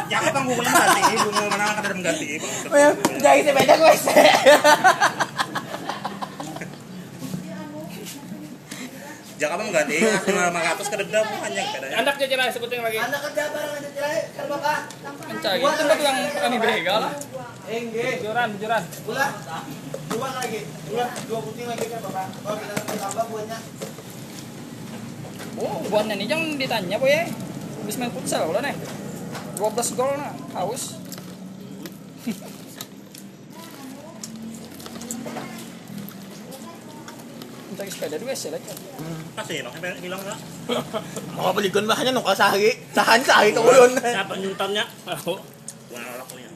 Jangan panggungnya ganti, bunga mana kada mengganti. Jadi sepeda gue sih. Jangan mengganti, 500 ke denda hanya bedanya. Anak cerai sebutin lagi. Anak kerja barang aja cerai, kerja Mencari itu kan yang kami bega lah. enggak. Bujuran. Bulan. Dua lagi. Dua puting lagi kan Bapak. Oh, kita tambah buahnya. Oh, buahnya nih jangan ditanya boy. Habis main futsal udah nih. 12 gol nah, haus. Mencari sepeda dua sih lagi. Pasti hilang enggak? Mau belikan bahannya nukal sahan sahi ke ulun. Siapa nyuntannya? Tahu. Bukan lakunya.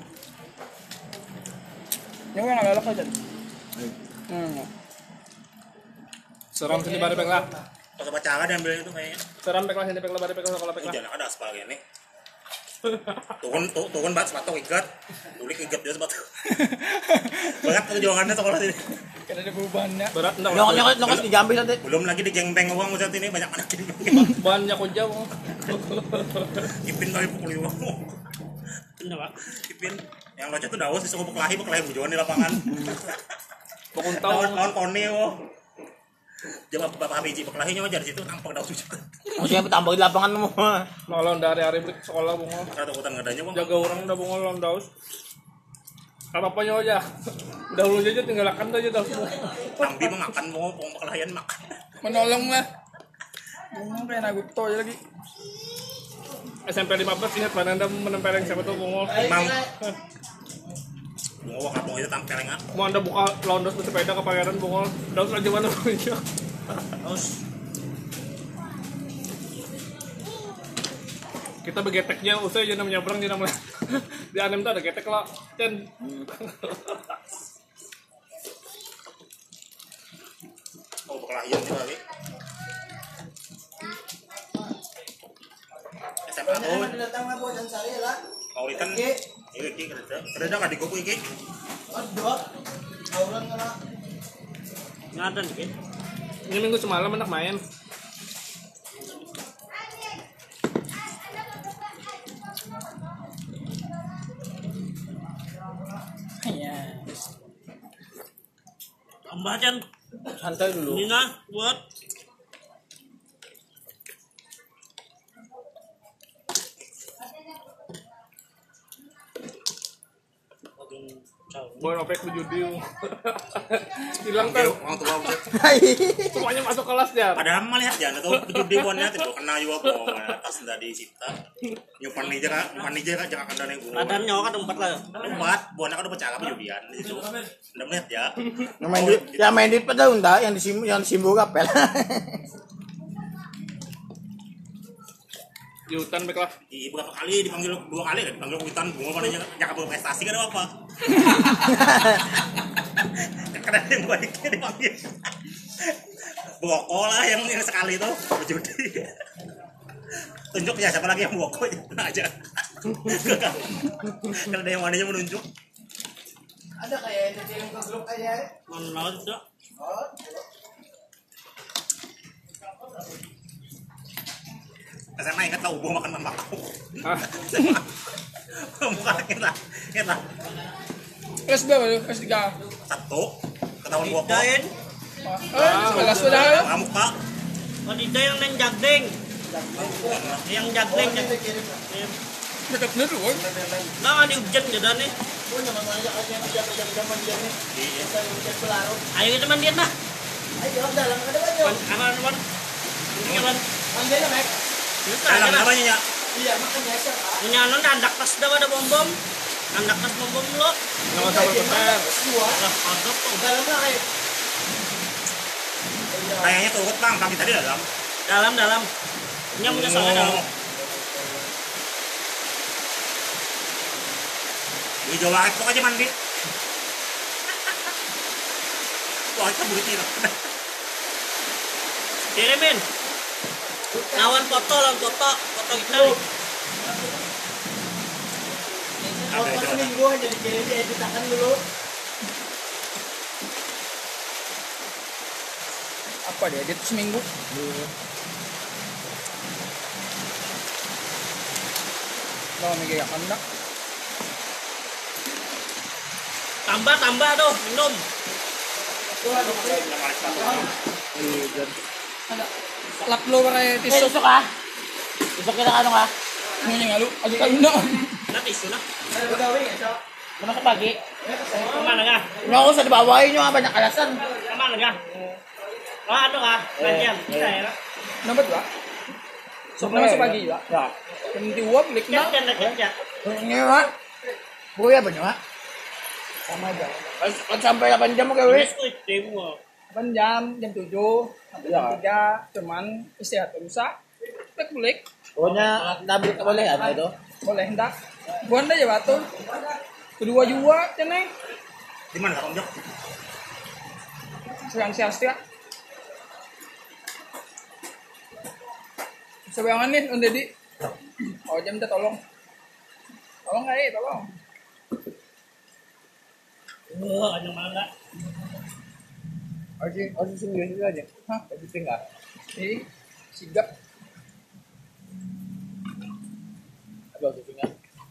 Yang nggak lalak aja. Seram sini bari pek lah. Pas baca diambil itu kayaknya. Seram pek lah sini pek lah bari pek lah kalau pek lah. Jangan ada aspal gini. Turun bat sepatu ikat. Tulik ikat dia sepatu. Berat perjuangannya sekolah sini. Kan ada bebannya. Berat enggak. Nyokot digambil nanti. Belum lagi di geng-beng uang saat ini banyak anak ini. Banyak kok jauh. Ipin kali pukul uang. Bener Pak. Ipin yang locet tuh dawas disuruh berkelahi bujuan di lapangan. Pokoknya tahun koni oh. Coba bapak biji berkelahinya aja di situ tampak daus juga. Maksudnya tambah di lapangan semua. malam dari hari sekolah bunga. Ada takutan ngadanya bang. Jaga orang udah bunga lawan daus. Apa-apanya aja. Udah lu aja tinggalkan aja daus. Tambi makan mau perkelahian makan. Menolong lah. Bunga kayak Naruto aja lagi. SMP 15 ingat mana anda menempeleng siapa tuh bunga? Imam. Bunga kampung itu tampeleng ah. Mau anda buka lawan daus bersepeda ke pangeran bunga. Daus aja mana punya. Terus Kita begeteknya usai jangan menyeberang jangan di anem tuh ada getek lah. Dan mau perkelahian juga lagi. SMA tuh. Datang lah buat saya lah. Maulitan. Iki kerja kan di kuku iki. Aduh. Auran kena. Ngadan iki. ini minggu semalam anak main. Iya. Ambacan Santai dulu. Nina buat Buat opek judi. Hilang kan. orang tua buat. Semuanya masuk kelas ya. Padahal mah lihat jangan tuh judi bonnya tidak kena juga po atas ndak disita. Nyupan nih jangan kena nih gua. Padahal nyawa kan tempat lah. Tempat bonnya kan udah pecah apa judian itu. Ndak melihat ya. Yang main di pada unda yang disimbu kapel. Di hutan baiklah. Di beberapa kali dipanggil 2 kali kan dipanggil hutan bunga padanya jangan berprestasi kan apa. Karena yang baiknya dipanggil. Bokol lah yang sekali itu berjudi. Tunjuk ya siapa lagi yang bokol aja. Kalau ada yang wananya menunjuk. Ada kayak yang ke grup aja. Mana ada? Oh. SMA ingat lah ubuh makan makau. Bukan kita. Kelas berapa lu? Kelas 3. 1 ketahuan bokol. Kelas sudah. Kamu Pak. Oh, di yang neng jagding. Yang jagding. Dekat dulu kan. Nah, di hujan jadan nih. Ayo kita mandian lah. Ayo dalam ada baju. Aman. Aman. Mandinya Mek. Dalam namanya ya. Iya makanya siapa? Punya non andak pas dah ada bom. Andak pas bom lo. Enggak usah berpeter. Lah, andak tuh. Dalam lah ayo. Kayaknya turut bang, kami tadi dalam. Dalam. Punya soalnya dalam. Di Jawa Ekspok aja mandi. Wah, itu burit nih. Kirimin. Lawan foto kita nih. Waktu seminggu aja dikirim editakan dulu. Apa dia? Dia tuh seminggu. Kalau megaya kanda. Tambah tuh minum. Lap lo pakai tisu. Besok ah. Besok kita ano ka? Ini ngalu, agi kaluna. Nanti isu na. Mana ka pagi? Kemana ka? Ano sa dibawain nyo banyak alasan. Kemana ka? Oh, ano ka? Nandiyan. Kita ya. Nambat ba? Sok naman sa pagi ba? Ya. Hindi uap, lik na. Nandiyan na kerja. Ini ha? Buya ba nyo ha? Sama aja. Pag sampai 8 jam mo gawin. Squid game mo. 8 jam, jam 7, sampai jam 3, cuman istirahat rusak. Balik. Pokoknya nabrik ka boleh ano ito? Boleh hendak. Buan aja batu. Kedua juga, ceneng. Di mana Kang Jok? Siang-siang. Sebayangan nih, Om Deddy. Oh, jam dah tolong. Tolong nggak tolong. Ano mana? Osi sendiri aja. Hah? Osi tinggal. Ini sigap. Apa osi tinggal?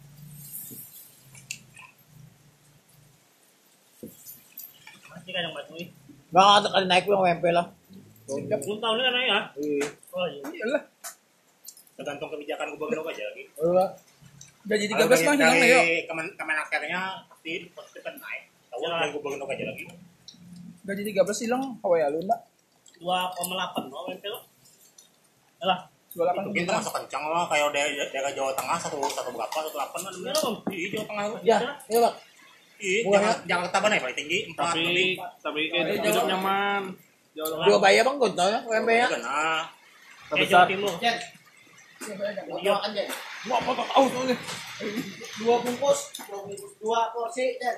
Masih ka yang batui. Baka kali naik ko yung MP lah. Belum tahu ni kan ya? Iya. Oh iya. Iyalah. Tergantung kebijakan gubernur aja lagi. Gaji 13 Kalau mah hilang ya, yuk. Kemenakernya pasti cepat naik. Tahu Ya. dari gubernur aja lagi. Gaji 13 hilang, kawai alun nak. 2,8 no MP lo. Alah, 28 Itu masuk kencang lah kayak daerah Jawa Tengah satu berapa 18 kan ya lo di Jawa Tengah. Ya, iya Pak. Jakarta mana ya paling tinggi 4 lebih. tapi hidup nyaman. Dua bayar bang gunto ya UMP ya. Nah, Jawa Timur. Iya kan Jen. Mau apa tahu tuh nih. 2 bungkus, 2 porsi Jen.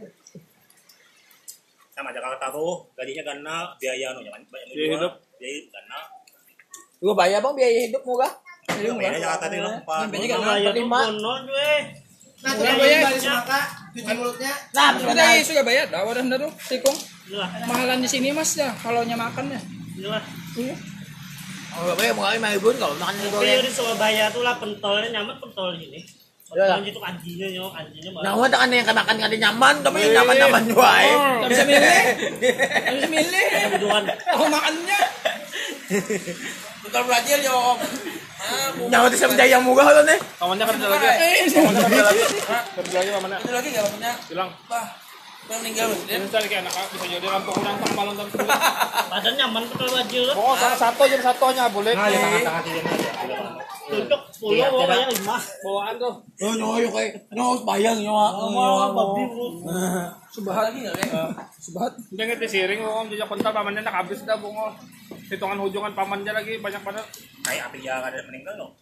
sama Jakarta tuh gajinya karena biaya nyaman banyak Biaya hidup. Biaya karena Dua bayar bang biaya hidup murah. biaya Jakarta itu 4. Biayanya kan Nah, ya tuh 45. kono gue. Nah, Udah bayar. cuci mulutnya. Nah, Sudah sudah bayar, dah wadah dah tuh, tikung. Inilah, Mahalan di sini mas ya, kalau makan ya. inilah. Iya. Oh, bayar murah 5.000 kalau makan di Tapi goreng. di Surabaya tuh lah pentolnya nyaman pentol ini. Iya. Pentol itu kanjinya yo, kanjinya Nah, banget. wah kan yang makan kali nyaman, tapi yang nyaman-nyaman juga Oh, bisa milih. Bisa milih. Kebutuhan. Aku makannya. Betul Brazil yo. Nyawa di sama yang murah loh nih. Kawannya kerja lagi. Kawannya kerja lagi. Kerja lagi mana? Itu lagi enggak punya. Bilang. Udah meninggal loh. Ini cari kayak anak bisa jadi rampung orang tak malam tak subuh. Badan nyaman pentol baju. Oh, salah satu jam satunya boleh. Nah, ya tengah-tengah sini aja. Cocok 10 mau kayak 5. Bawaan tuh. Oh, nyoyo kayak nyo bayang nyo. Babi bro. Subahat lagi enggak ya? Subahat. Dia ngerti siring om jejak pental pamannya nak habis dah bungo. Hitungan hujungan pamannya lagi banyak banget. Kayak api ya ada meninggal loh.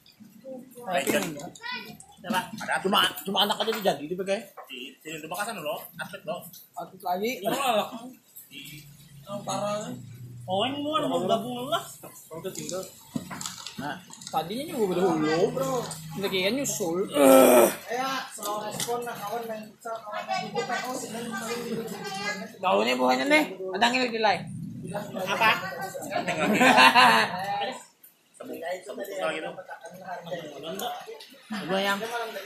Salah. Ada Cuma anak aja dijadi di pakai. di Makassar loh, atlet loh. Atlet lagi. Parah. Oh, ini mau gabung lah. Kalau udah tinggal. Nah, Tadinya juga dulu bro. Lagi kan nyusul. kau ini bukannya nih, adangin lagi lain. Apa? Sebut lagi tuh. Gua yang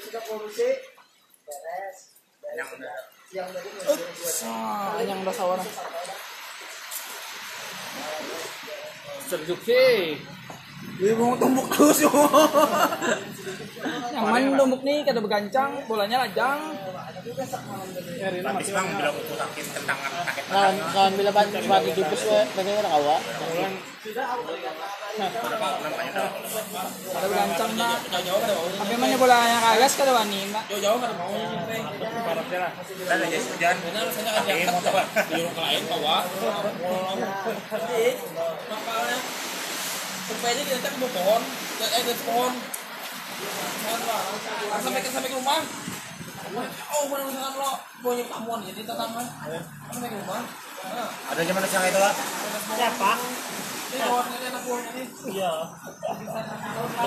Yang bahasa orang. Serjuk sih. Dia mau tumbuk terus yo. Nyaman tumbuk nih kada bergancang, bolanya lajang. Nyarina Habis masih bang bilang aku sakit kentangan sakit. Kawan bila pagi tipis we, bagaimana orang awak? bulan. Kada bergancang na. Tapi mana bolanya kagas kada wani na. Jauh-jauh kan mau. Parah lah. Dan aja hujan. Pakai motor. Di orang lain bawa. Makanya supaya kita ke pohon, ke pohon. Sampai ke rumah. Oh, mana misalkan lo punya tamuan jadi tetangga. Sampai ke rumah. Ada zaman siang itu lah. Siapa? Ini pohon ini anak buahnya nih. Iya.